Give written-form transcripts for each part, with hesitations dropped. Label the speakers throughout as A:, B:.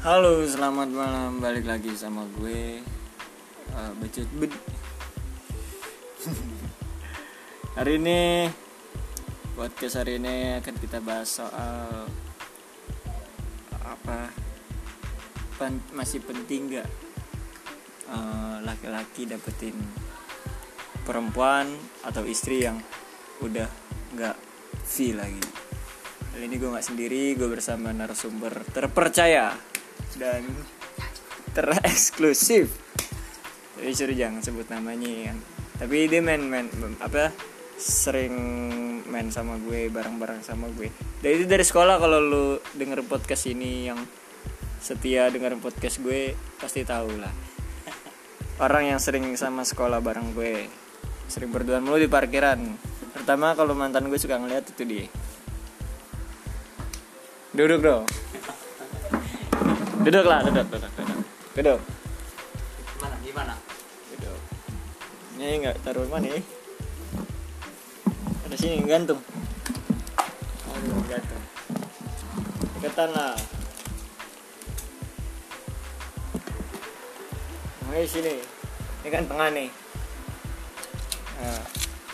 A: Halo, selamat malam. Balik lagi sama gue Bacot Bud. Hari ini podcast hari ini akan kita bahas soal apa? Masih penting gak laki-laki dapetin perempuan atau istri yang udah gak V lagi. Kali ini gue gak sendiri, gue bersama narasumber terpercaya dan tereksklusif. Jadi suruh jangan sebut namanya ya. Tapi dia sering main sama gue, bareng-bareng sama gue. Dan itu dari sekolah. Kalau lu denger podcast ini, yang setia dengerin podcast gue pasti tahu lah. Orang yang sering sama sekolah bareng gue, sering berduaan mulu di parkiran. Pertama kalau mantan gue suka ngeliat itu dia. Duduk dong. Duduk.
B: Gimana?
A: Duduk. Ini nggak taruh mana nih? Ada sini gantung. Aduh, gantung. Deketan lah. Nah, sini. Ini kan tengah nih. Nah.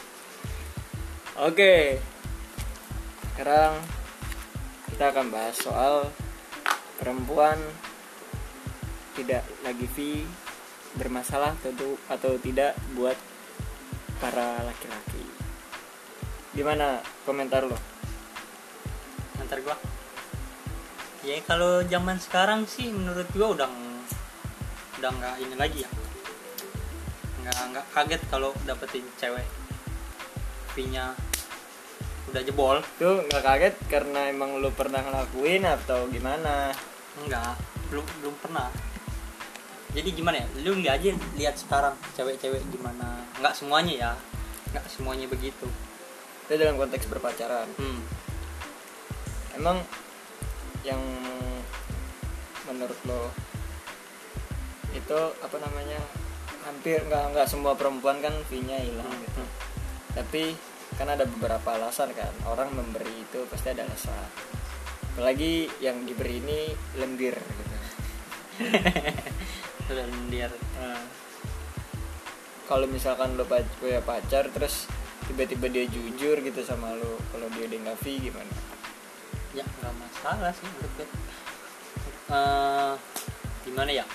A: Oke. Sekarang kita akan bahas soal perempuan tidak lagi V, bermasalah atau tidak buat para laki-laki. Gimana komentar lo?
B: Komentar gua. Ya kalau zaman sekarang sih menurut gua udah nggak ini lagi ya. Nggak kaget kalau dapetin cewek V-nya udah jebol.
A: Tuh nggak kaget karena emang lo pernah ngelakuin atau gimana?
B: Enggak, belum pernah. Jadi gimana ya? Lu lihat sekarang cewek-cewek gimana? Enggak semuanya begitu.
A: Itu dalam konteks berpacaran. Emang yang menurut lo itu apa namanya? Hampir nggak semua perempuan kan V-nya hilang gitu. Tapi kan ada beberapa alasan kan. Orang memberi itu pasti ada alasan. Apalagi yang diberi ini lendir gitu.
B: Lendir.
A: Kalau misalkan lo punya pacar terus tiba-tiba dia jujur gitu sama lo, kalau dia udah nggak V gimana?
B: Ya nggak masalah sih menurut gue. Gimana ya?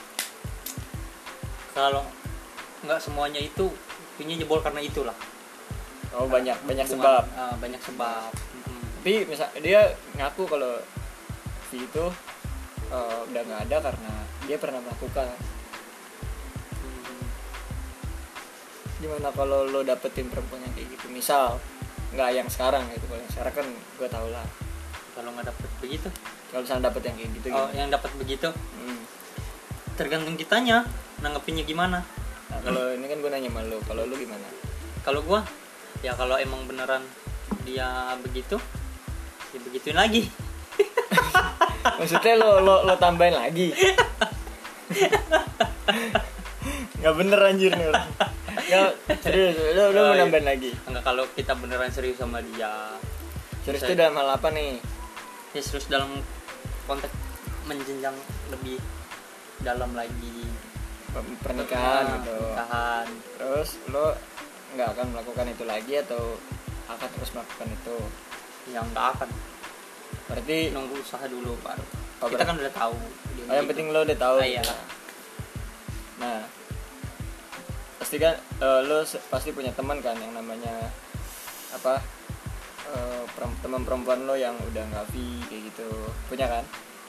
B: Kalau nggak semuanya itu punya jebol karena itulah.
A: Oh banyak sebab.
B: Banyak sebab.
A: Tapi misal dia ngaku kalau V itu udah nggak ada karena dia pernah melakukan. Gimana kalau lo dapetin perempuan yang kayak gitu? Misal nggak yang sekarang gitu, kalau yang sekarang kan gue tau lah.
B: Kalau nggak dapet begitu?
A: Kalau misalnya dapet yang kayak gitu.
B: Oh gimana? Yang dapet begitu? Tergantung kitanya nanggepinnya gimana.
A: Nah, kalau ini kan gue nanya sama lo, kalau lo gimana?
B: Kalau gue, ya kalau emang beneran dia begitu, ya begituin lagi.
A: Maksudnya lo tambahin lagi? Nggak bener anjir nih orang. Ya serius, lo mau nambahin lagi?
B: Enggak, kalau kita beneran serius sama dia.
A: Serius itu dalam hal apa nih?
B: Ya serius dalam konteks menjenjang lebih dalam lagi,
A: pernikahan gitu.
B: Pernikahan.
A: Terus lo nggak akan melakukan itu lagi atau akan terus melakukan itu?
B: Yang nggak akan. Berarti nunggu usaha dulu baru. Kita kan udah tahu.
A: Yang penting lo udah tahu.
B: Iya.
A: Nah, pasti kan lo pasti punya teman kan yang namanya apa? Teman perempuan lo yang udah nggak V kayak gitu. Punya kan?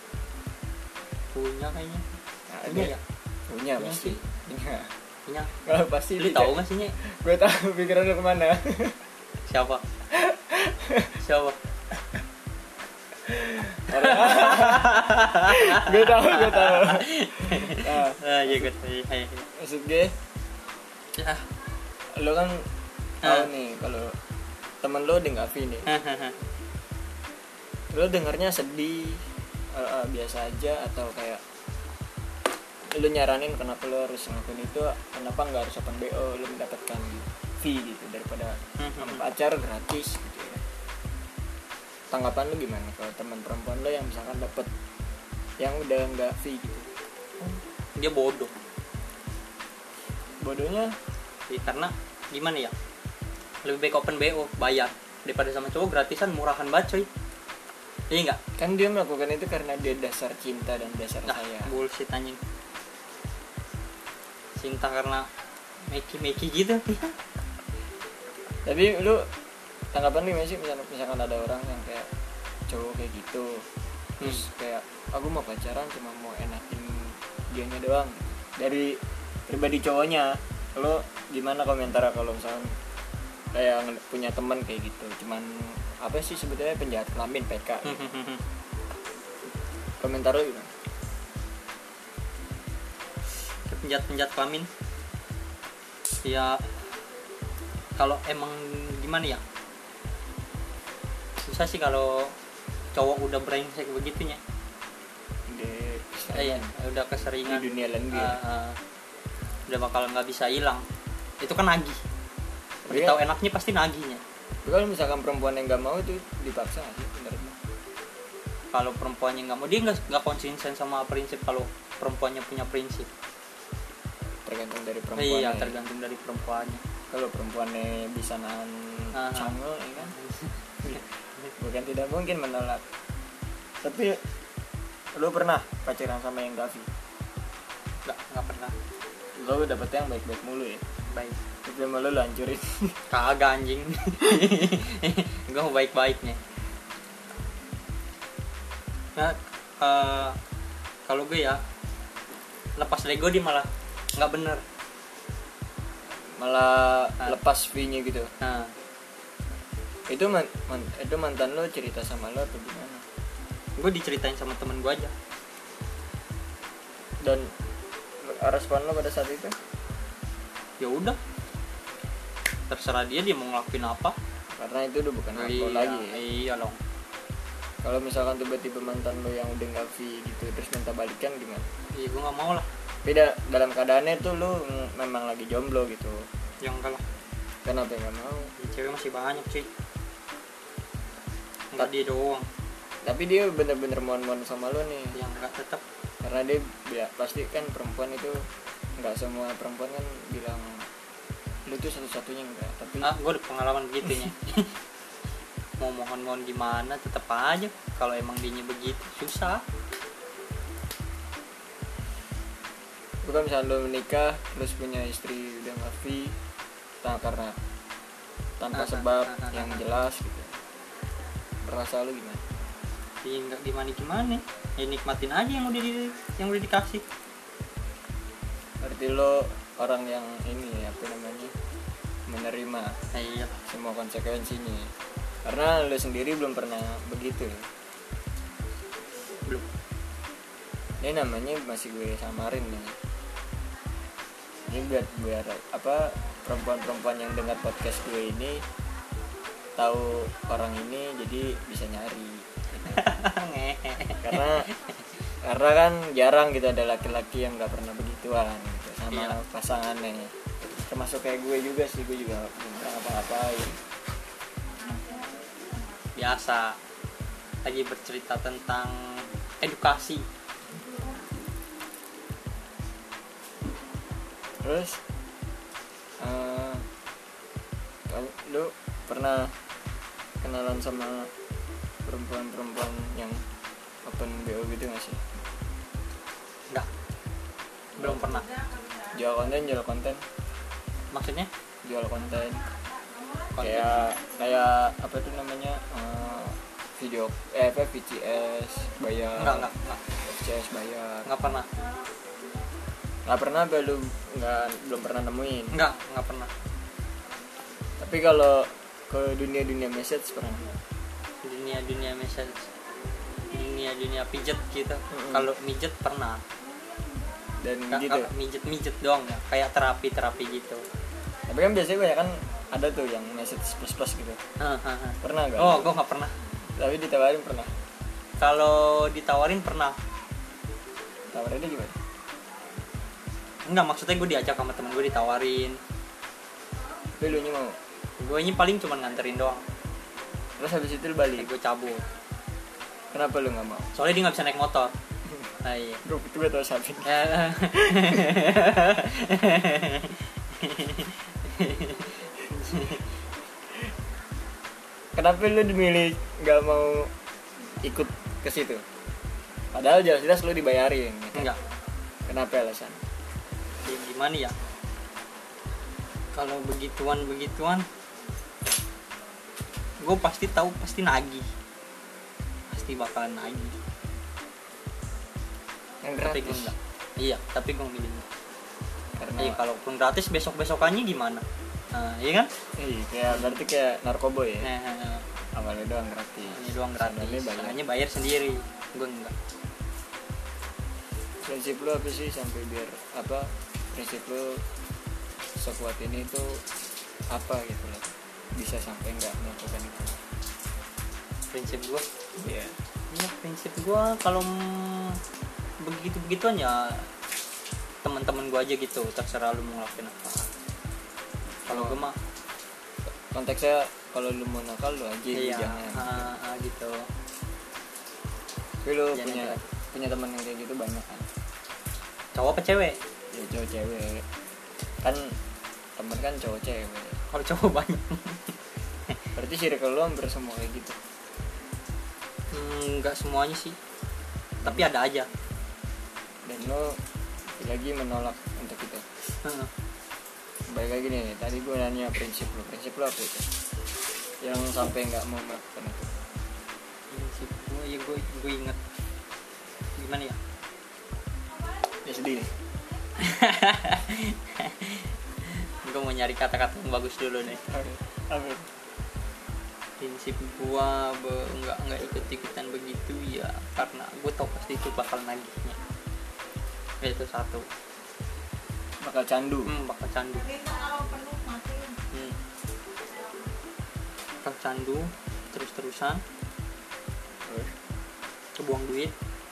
B: Punya kayaknya.
A: Nah,
B: punya ya?
A: Punya pasti. Punya. Kalau pasti.
B: Lu tahu nggak sih, Nye?
A: Gue tahu pikiran lo kemana.
B: Siapa?
A: Gue tahu.
B: Ya gue tahu.
A: Maksud gue,
B: ya.
A: lo kan tahu nih kalau temen lo udah nggak V nih. Lo dengarnya sedih, biasa aja, atau kayak lo nyaranin kenapa lo harus ngelakuin itu, kenapa nggak harus open BO, lo mendapatkan V gitu daripada sama pacar gratis gitu ya. Tanggapan lu gimana kalau teman perempuan lo yang misalkan dapet yang udah nggak fee gitu.
B: Dia bodoh.
A: Bodohnya
B: Karena gimana ya, lebih baik open BO bayar daripada sama cowok gratisan, murahan banget coy. Iya enggak?
A: kan dia melakukan itu karena dia dasar cinta dan dasar
B: Nah,
A: sayang.
B: bullshit anjing. Cinta karena meki gitu.
A: Tapi lu tanggapan lu gimana sih misalkan ada orang yang kayak cowok kayak gitu, terus kayak aku mau pacaran cuma mau enakin dianya doang. Dari pribadi cowoknya, lo gimana komentar kalau misalkan kayak punya teman kayak gitu, cuman apa sih sebetulnya penjahat kelamin PK gitu. Komentar lo gimana?
B: Penjahat kelamin ya, kalau emang gimana ya, susah sih kalau cowok udah brengsek begitunya. Iya, udah keseringan
A: di dunia lendir.
B: Udah bakal nggak bisa hilang. Itu kan nagih. Udah tahu enaknya pasti nagihnya.
A: Kalau misalkan perempuan yang nggak mau itu dipaksa sih benernya.
B: Kalau perempuannya nggak mau, dia nggak konsisten sama prinsip. Kalau perempuannya punya prinsip,
A: tergantung dari perempuan.
B: iya, tergantung dari perempuannya.
A: Kalau perempuannya bisa nahan canggung ya kan, bukan tidak mungkin menolak. Tapi lo pernah pacaran sama yang gavi?
B: Nggak pernah.
A: Lo dapet yang baik-baik mulu ya?
B: Baik.
A: Tapi malu lo hancurin.
B: Kagak anjing. Gue mau baik-baiknya. Nah, kalau gue ya lepas Lego dia malah nggak bener.
A: Malah lepas fee-nya gitu.
B: Nah,
A: Itu itu mantan lo cerita sama lo atau gimana?
B: gue diceritain sama temen gue aja.
A: Dan respon lo pada saat itu?
B: Ya udah, terserah dia mau ngelakuin apa.
A: Karena itu udah bukan hak lo lagi ya?
B: Iya dong.
A: Kalau misalkan tiba-tiba mantan lo yang udah nggak fee gitu terus minta balikan gimana?
B: Iya, gue nggak mau lah.
A: Beda dalam keadaannya tuh lo memang lagi jomblo gitu.
B: Yang enggak lah.
A: Kenapa nggak mau?
B: Ya, cewek masih banyak sih. Enggak dia doang.
A: Tapi dia bener-bener mohon-mohon sama lo nih.
B: Yang enggak tetap.
A: Karena dia ya, pasti kan perempuan itu nggak semua perempuan kan bilang lu tuh satu-satunya enggak. Tapi
B: Gue ada pengalaman begitunya. Mau mohon-mohon gimana tetap aja. Kalau emang dianya begitu susah.
A: bukan misalnya lo menikah terus punya istri udah nggak fee karena tanpa sebab yang jelas gitu. Rasa lo gimana?
B: Ya nggak gimana, ya nikmatin aja yang udah dikasih.
A: Berarti lo orang yang ini apa namanya menerima
B: Iya.
A: semua konsekuensinya. Karena lo sendiri belum pernah begitu.
B: Belum.
A: Ini namanya masih gue samarin nih. Ini biar apa perempuan-perempuan yang dengar podcast gue ini tahu orang ini jadi bisa nyari. karena kan jarang gitu ada laki-laki yang nggak pernah begituan gitu sama pasangannya, termasuk kayak gue juga sih, gue juga belum pernah apa-apain.
B: Biasa lagi bercerita tentang edukasi.
A: Terus lu pernah kenalan sama perempuan-perempuan yang open BO gitu gak sih?
B: Enggak, belum pernah.
A: Jual konten
B: Maksudnya
A: jual konten
B: konten.
A: kayak apa tuh namanya video VCS bayar.
B: Enggak.
A: VCS bayar.
B: Enggak pernah.
A: Nggak pernah apa lu belum pernah nemuin?
B: Enggak pernah.
A: Tapi kalau ke dunia message pernah?
B: Dunia message, dunia pijet gitu. Kalau mijet pernah.
A: Dan gitu.
B: Mijet doang ya, kayak terapi gitu.
A: Tapi kan biasanya banyak kan ada tuh yang message plus gitu. Pernah gak?
B: Oh, gue nggak pernah.
A: Tapi ditawarin pernah?
B: Kalau ditawarin pernah.
A: Tawarinnya gimana?
B: Enggak, maksudnya gue diajak sama temen gue ditawarin.
A: Tapi lu mau?
B: Gue ini paling cuma nganterin doang.
A: Terus habis itu lu balik?
B: Gue cabut.
A: Kenapa lu gak mau?
B: Soalnya dia nggak bisa naik motor. Iya.
A: Gue tau siapa ini. Kenapa lu memilih nggak mau ikut ke situ? Padahal jelas-jelas lu dibayarin. Gitu.
B: Enggak.
A: Kenapa alasan?
B: Ya, gimana ya? Kalau begituan gue pasti tahu pasti nagih. Pasti bakalan nagih.
A: Yang
B: Tapi
A: gratis.
B: gue enggak. Iya, tapi gue milih.
A: Karena
B: Kalaupun gratis besok-besokannya gimana? Nah, iya kan?
A: berarti kayak narkoboy ya.
B: Nah,
A: Awalnya doang gratis.
B: ini doang gratis.
A: Sebenarnya banyak.
B: Soalnya bayar sendiri. Gue enggak.
A: Prinsip lu apa sih sampai biar apa? Prinsip lu sekuat ini tuh apa gitu loh? Bisa sampai nggak melakukan itu?
B: Prinsip gue,
A: Iya.
B: ya prinsip gue kalau begituan ya teman-teman gue aja gitu, terserah lu mau ngelakuin apa. Kalau gue mah
A: Konteksnya kalau lu mau nakal lu aja,
B: iya,
A: jangan.
B: gitu.
A: Tapi lu
B: Jangan
A: punya teman yang kayak gitu banyak kan?
B: Cowok apa cewek?
A: Ya cowok cewek kan, temen kan cowok cewek.
B: Kalau cowok banyak.
A: Berarti circle lu hampir semua kayak gitu.
B: Nggak semuanya sih, tapi ada aja.
A: Dan lu lagi menolak untuk itu. Baik lagi nih, tadi gue nanya prinsip lu apa itu? Yang sampai nggak mau melakukan itu.
B: Prinsip gue ya gue inget gimana ya?
A: Ya sedih nih.
B: Gue mau nyari kata-kata yang bagus dulu nih.
A: Apa?
B: Prinsip gua nggak ikut-ikutan begitu ya karena gue tau pasti itu bakal nagihnya. Itu satu.
A: Bakal candu.
B: Bakal candu. Bakal candu terus-terusan. Kebuang duit.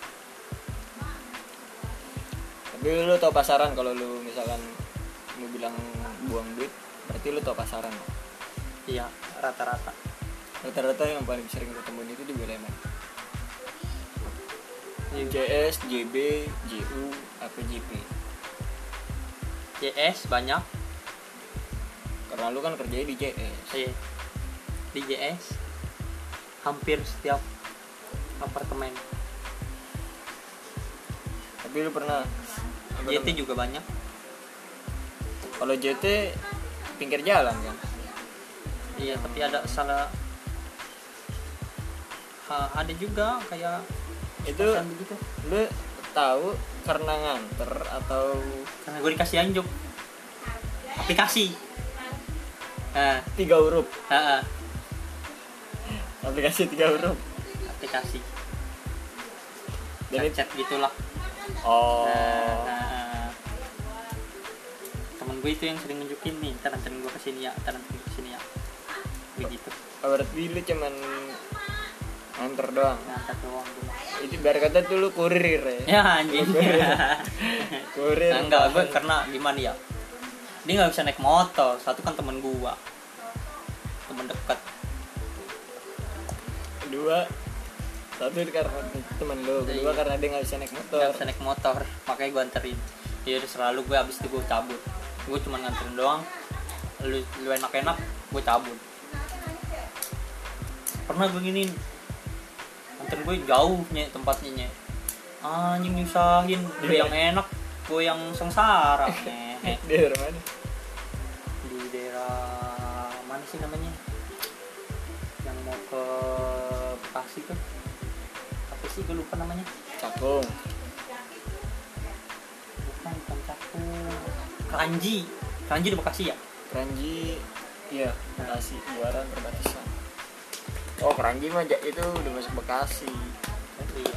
A: Tapi lu tau pasaran kalau lu misalkan lu bilang buang duit, berarti lu tau pasaran.
B: Iya, rata-rata
A: yang paling sering lu temuin itu di wilayah mana?
B: Iya.
A: JS, JB, JU, apa JP?
B: JS banyak.
A: Karena lu kan kerjanya di JS.
B: Iya. Di JS hampir setiap apartemen.
A: Tapi lu pernah
B: JT juga banyak.
A: Kalau JT pinggir jalan kan?
B: Iya, tapi ada salah. Ada juga kayak
A: Itu
B: kosan begitu.
A: lu tahu karena nganter atau
B: Karena gue dikasih anjuk aplikasi.
A: 3 huruf? Aplikasi 3 huruf.
B: Aplikasi.
A: Jadi
B: Chat gitulah.
A: oh.
B: Temen gue itu yang sering nunjukin nih, ntar anterin gue kesini ya, begitu.
A: Berarti lu cuman nganter doang.
B: Ngantar doang gue.
A: Itu biar kata tuh lu kurir ya.
B: Ya anjing.
A: Kurir.
B: Nah, enggak, gue karena gimana ya, dia nggak bisa naik motor. Satu kan temen gue, temen dekat.
A: Kedua, satu karena temen lu. Kedua
B: Iya.
A: karena dia nggak bisa naik motor.
B: Nggak bisa naik motor, makanya gue anterin. Ya udah selalu gue abis itu gue cabut. Gue cuma nganterin doang. Lu enak-enak, gue cabut. Pernah gue giniin, anterin gue jauh tempatnya. Anjing nyusahin, lu yang enak, gue yang sengsara.
A: Di daerah mana?
B: Di daerah mana sih namanya? Yang mau ke Bekasi tuh. Apa sih, gue lupa namanya.
A: Cakung.
B: Bukan Cakung. Keranji di Bekasi ya?
A: Keranji, iya, Bekasi, Buaran, perbatasan. Oh, Keranji mah itu udah masuk Bekasi.
B: Iya.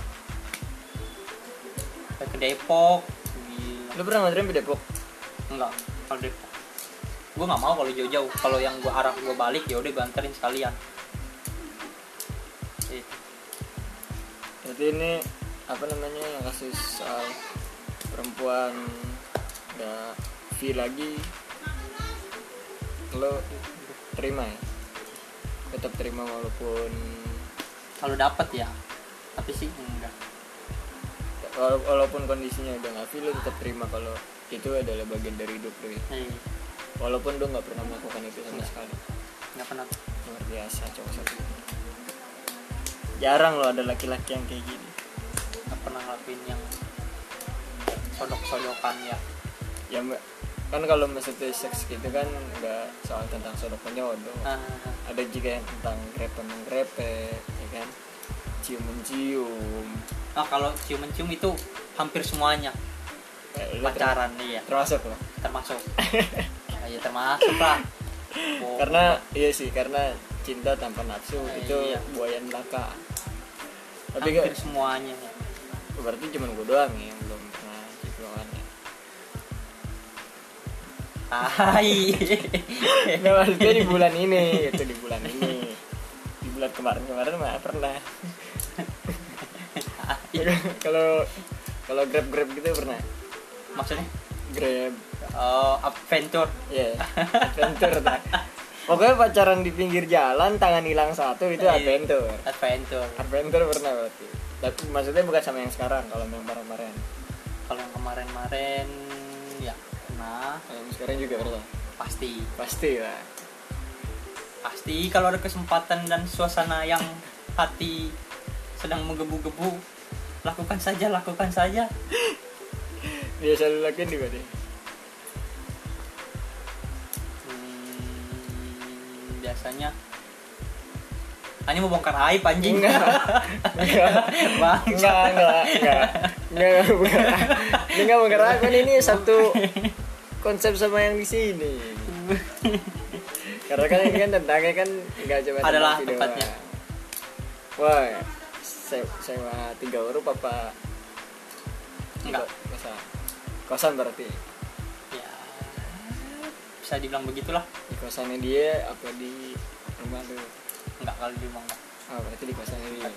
B: Ke Depok. Gila.
A: Lu pernah nganterin di Depok?
B: Enggak, kalau Depok. Gue nggak mau kalau jauh-jauh. Kalau yang gue arah gue balik ya udah gue anterin sekalian. Gitu.
A: Berarti ini apa namanya yang kasus soal perempuan nggak fee lagi, lo terima ya? Tetap terima walaupun
B: Kalau dapat ya, tapi sih enggak.
A: walaupun kondisinya udah nggak feel, lu tetap terima kalau itu adalah bagian dari hidup lu ya. Walaupun lu nggak pernah melakukan itu sama sekali.
B: Nggak pernah.
A: Luar biasa cowok satu. Jarang loh ada laki-laki yang kayak gini.
B: Nggak pernah ngelakuin yang sodok-sodokan ya.
A: Ya mbak, kan kalau maksudnya seks gitu kan nggak soal tentang sodok penyodok. Ada juga yang tentang grepe ya kan, cium-cium.
B: Kalau cium-cium itu hampir semuanya pacaran nih ya.
A: Termasuk loh.
B: Termasuk. Ya termasuk lah.
A: Karena iya sih, karena cinta tanpa nafsu itu
B: iya.
A: buaya neraka. Tapi
B: hampir semuanya.
A: Berarti cuma gue doang ya yang belum pernah ciplokan ya.
B: Hai.
A: Nggak, maksudnya di bulan ini, itu di bulan ini. Di bulan kemarin mah pernah. Kalau grab gitu pernah.
B: Maksudnya?
A: Grab.
B: Adventure.
A: Iya. Yeah, adventure tak. Pokoknya pacaran di pinggir jalan, tangan hilang satu itu adventure. Adventure pernah berarti. Tapi maksudnya bukan sama yang sekarang, kalau yang kemarin.
B: Kalau yang kemarin ya pernah.
A: Yang sekarang juga pernah. Pasti lah.
B: Pasti kalau ada kesempatan dan suasana yang hati sedang menggebu-gebu, lakukan saja.
A: Biasa lu lakuin juga deh.
B: Biasanya hanya mau bongkar aib anjing.
A: Enggak. Enggak bongkar aib kan, ini satu konsep sama yang di sini. Karena kan ini kan tentangnya kan enggak cuma
B: adalah tempatnya.
A: Wah, sewa 3 euro apa?
B: Enggak.
A: Kosan berarti.
B: Ya, bisa dibilang begitulah.
A: Di kosannya dia apa di rumah lu?
B: Enggak, kalau di rumah enggak.
A: Oh, berarti di kosannya dia.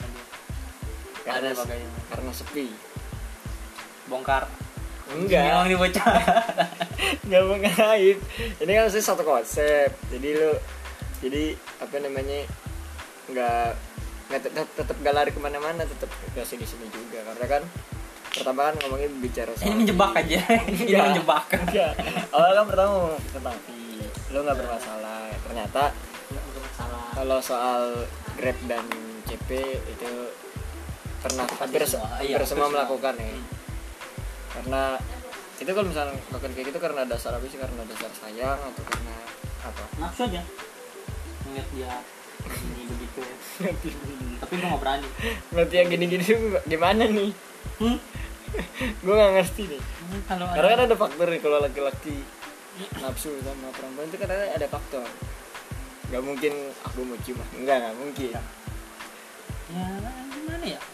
A: Karena sepi.
B: Bongkar.
A: Enggak.
B: Memang ini bocah.
A: Enggak mengait. Ini kan maksudnya satu konsep. Jadi apa namanya? Enggak tetap gak lari kemana-mana, tetap ke sini juga. Karena kan pertama kan ngomongin bicara soal
B: ini menjebak aja. Ini menjebak.
A: Enggak. Awalnya kan pertama tentang lo nggak bermasalah. Ternyata
B: nggak bermasalah.
A: Kalau soal Grab dan CP itu pernah hampir semua melakukan ya. Karena itu kalau misalnya melakukan kayak gitu karena dasar apa sih? Karena dasar sayang atau karena apa?
B: Nafsu aja. Ngeliat dia ini begitu. Tapi gue nggak berani.
A: Berarti yang gini-gini gimana nih? Gue nggak ngerti nih. Karena kan ada faktor nih, kalau laki-laki nafsu sama perempuan itu kan ada faktor. Gak mungkin aku mau cium, nggak mungkin.
B: Ya gimana ya?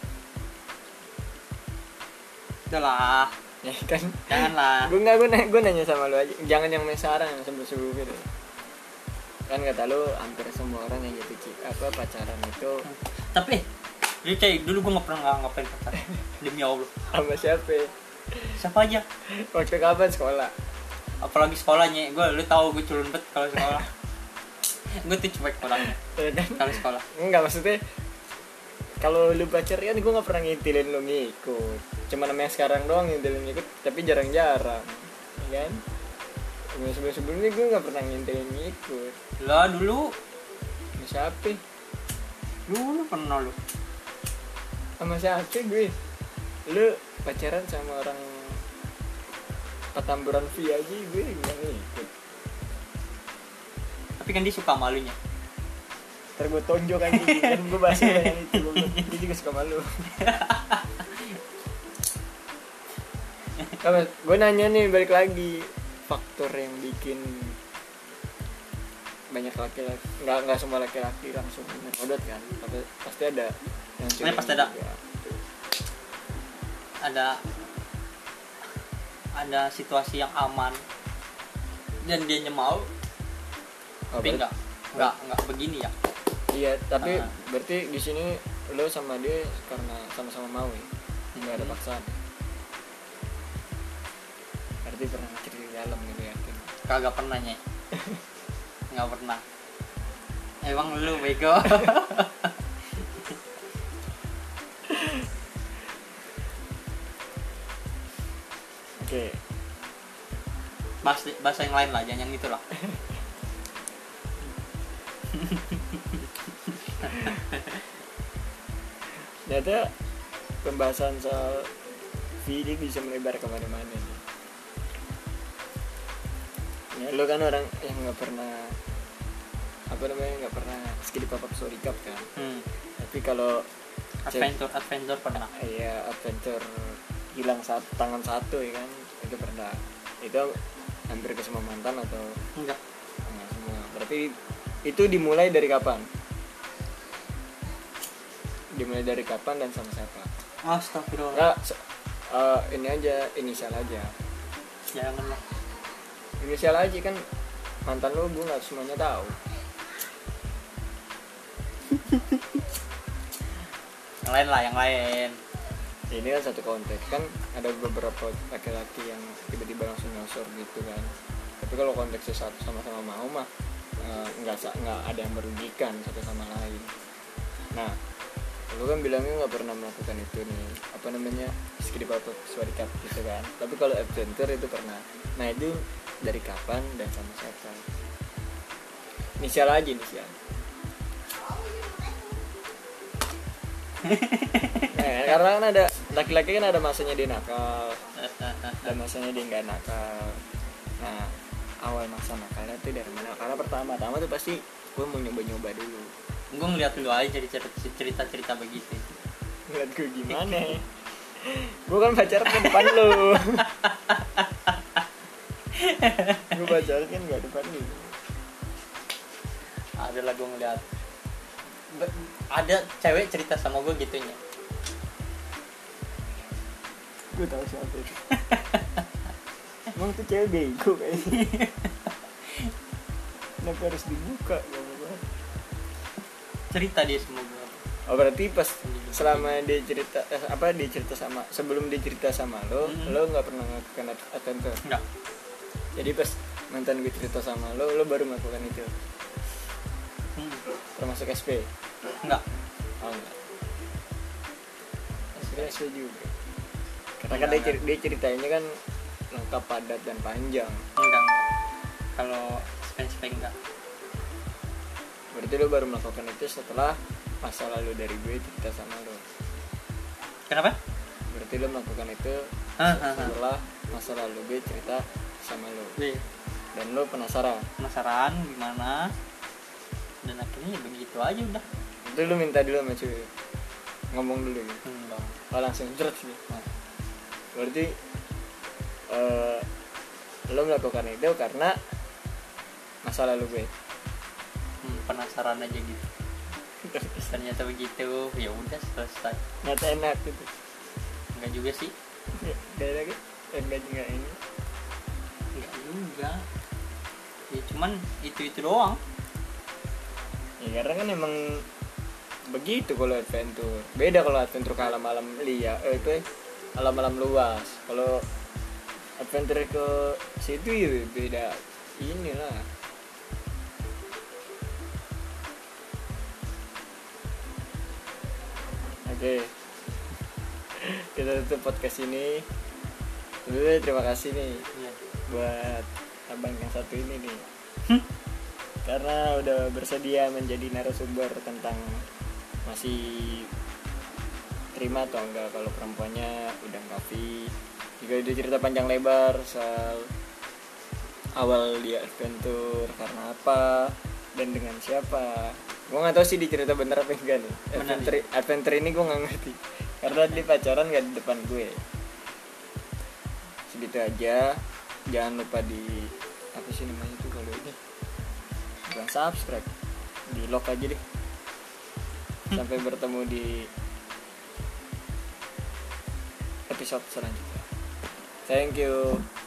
B: Udahlah.
A: Ya kan.
B: Janganlah.
A: Gue nanya sama lu aja. Jangan yang sekarang, yang sebelum gitu. Kan kata lu hampir semua orang yang gitu pacaran itu.
B: Tapi jadi dulu gue nggak pernah ngapain pacaran. Demi Allah.
A: Sama siapa
B: aja.
A: Waktu kapan sekolah?
B: Apalagi sekolahnya, lu tahu gue culun bet kalau sekolah. Gue tuh cuek orangnya. Kalau sekolah.
A: Enggak, maksudnya kalau lu pacaran kan gue nggak pernah ngintilin lu ngikut. Cuma namanya sekarang doang ngintilin ngikut, tapi jarang-jarang, kan? Sebelumnya gue nggak pernah ngintilin ngikut.
B: Lah dulu.
A: Siapa?
B: Dulu pernah lu.
A: Sama siapa gue? Lu pacaran sama orang Petamburan V aja gue nggak ngikut.
B: Tapi kan dia suka malunya.
A: Ntar gue tonjok aja kan gue bahas yang itu. Dia juga suka malu. Gue nanya nih, balik lagi, faktor yang bikin banyak laki-laki, nggak semua laki-laki langsung ngodot kan, tapi pasti ada yang cewek.
B: Pasti ada. Ada situasi yang aman dan dia mau, tapi nggak begini ya.
A: Iya, tapi berarti di sini lo sama dia karena sama-sama mau ya, nggak ada paksaan. Berarti pernah cerita di dalam gitu ya?
B: Kagak pernah nyek. Nggak pernah. Emang lu bego.
A: Oke.
B: Bahasa yang lain lah, jangan yang itu lah.
A: Ternyata pembahasan soal V ini bisa melebar kemana-mana nih. Ya, lo kan orang yang nggak pernah nggak pernah skip pop-up story cup kan. Tapi kalau
B: Adventure pernah.
A: Iya, adventure hilang tangan satu ya kan, itu pernah. Itu hampir ke semua mantan atau
B: Enggak
A: semua. Berarti itu dimulai dari kapan? Dimulai dari kapan dan sama siapa?
B: Astagfirullah.
A: Ini aja, inisial aja.
B: Jangan lah.
A: Inisial aja kan, mantan lu gue nggak semuanya tahu.
B: Yang lain.
A: Ini kan satu konteks kan, ada beberapa laki-laki yang tiba-tiba langsung nyosor gitu kan. Tapi kalau konteksnya satu sama-sama mau mah nggak ada yang merugikan satu sama lain. Nah, lu kan bilangnya nggak pernah melakukan itu nih, apa namanya, skip atau swadikat gitu kan. Tapi kalau adventure itu pernah. Nah itu dari kapan dan sama siapa? Inisial aja, inisial. Nah, karena kan ada laki-laki kan ada masanya dia nakal, dan masanya dia nggak nakal. Nah, awal masa nakalnya tuh dari mana? Karena pertama tuh pasti gue mau nyoba dulu.
B: Gue ngeliat lu aja jadi cerita begitu.
A: Ngeliat gue gimana? Gue kan pacaran ke depan lu. Gue pacaran kan nggak depan lu.
B: Ada lah gue ngeliat. Ada cewek cerita sama gue gitunya.
A: Gue tahu siapa itu. Emang tuh cewek bego kayaknya. Kenapa harus dibuka?
B: Cerita dia sama gue.
A: Oh berarti pas selama dia cerita dia cerita sama, sebelum dia cerita sama lo nggak pernah melakukan adventure?
B: Enggak.
A: Jadi pas mantan gue cerita sama lo baru melakukan itu? Termasuk SP?
B: Enggak.
A: Oh enggak. SP juga. Karena kan dia ceritanya kan lengkap, padat dan panjang.
B: Enggak. Kalau spek enggak.
A: Berarti lo baru melakukan itu setelah masa lalu dari gue cerita sama lo.
B: Kenapa?
A: Berarti lo melakukan itu setelah masa lalu gue cerita sama lo.
B: Iya.
A: Dan lo penasaran
B: gimana, dan akhirnya ya begitu aja udah.
A: Itu lo minta dulu sama cewek, ngomong dulu gitu. Oh langsung jerat sih. Berarti lo melakukan itu karena masa lalu gue.
B: Penasaran aja gitu. Ternyata begitu, ya udah selesai.
A: Nyata enak gitu.
B: Enggak juga sih.
A: Gak enak kan? Enggak juga ini.
B: Enggak juga. Ya cuman itu doang.
A: Ya karena kan emang begitu kalau adventure. Beda kalau adventure ke alam-alam alam-alam luas. Kalau adventure ke situ ya beda inilah. Oke. Kita tutup podcast ini. Sebelumnya terima kasih nih buat abang yang satu ini nih. Karena udah bersedia menjadi narasumber tentang masih terima atau enggak kalau perempuannya udah kafi. Juga dia cerita panjang lebar soal awal dia adventure karena apa dan dengan siapa. Gue nggak tahu sih dicerita bener apa enggak nih. Adventure ini gue nggak ngerti karena dia pacaran nggak di depan gue. Segitu aja. Jangan lupa di apa sih namanya itu kalau ini, bukan subscribe, di lock aja deh. Sampai bertemu di episode selanjutnya. Thank you.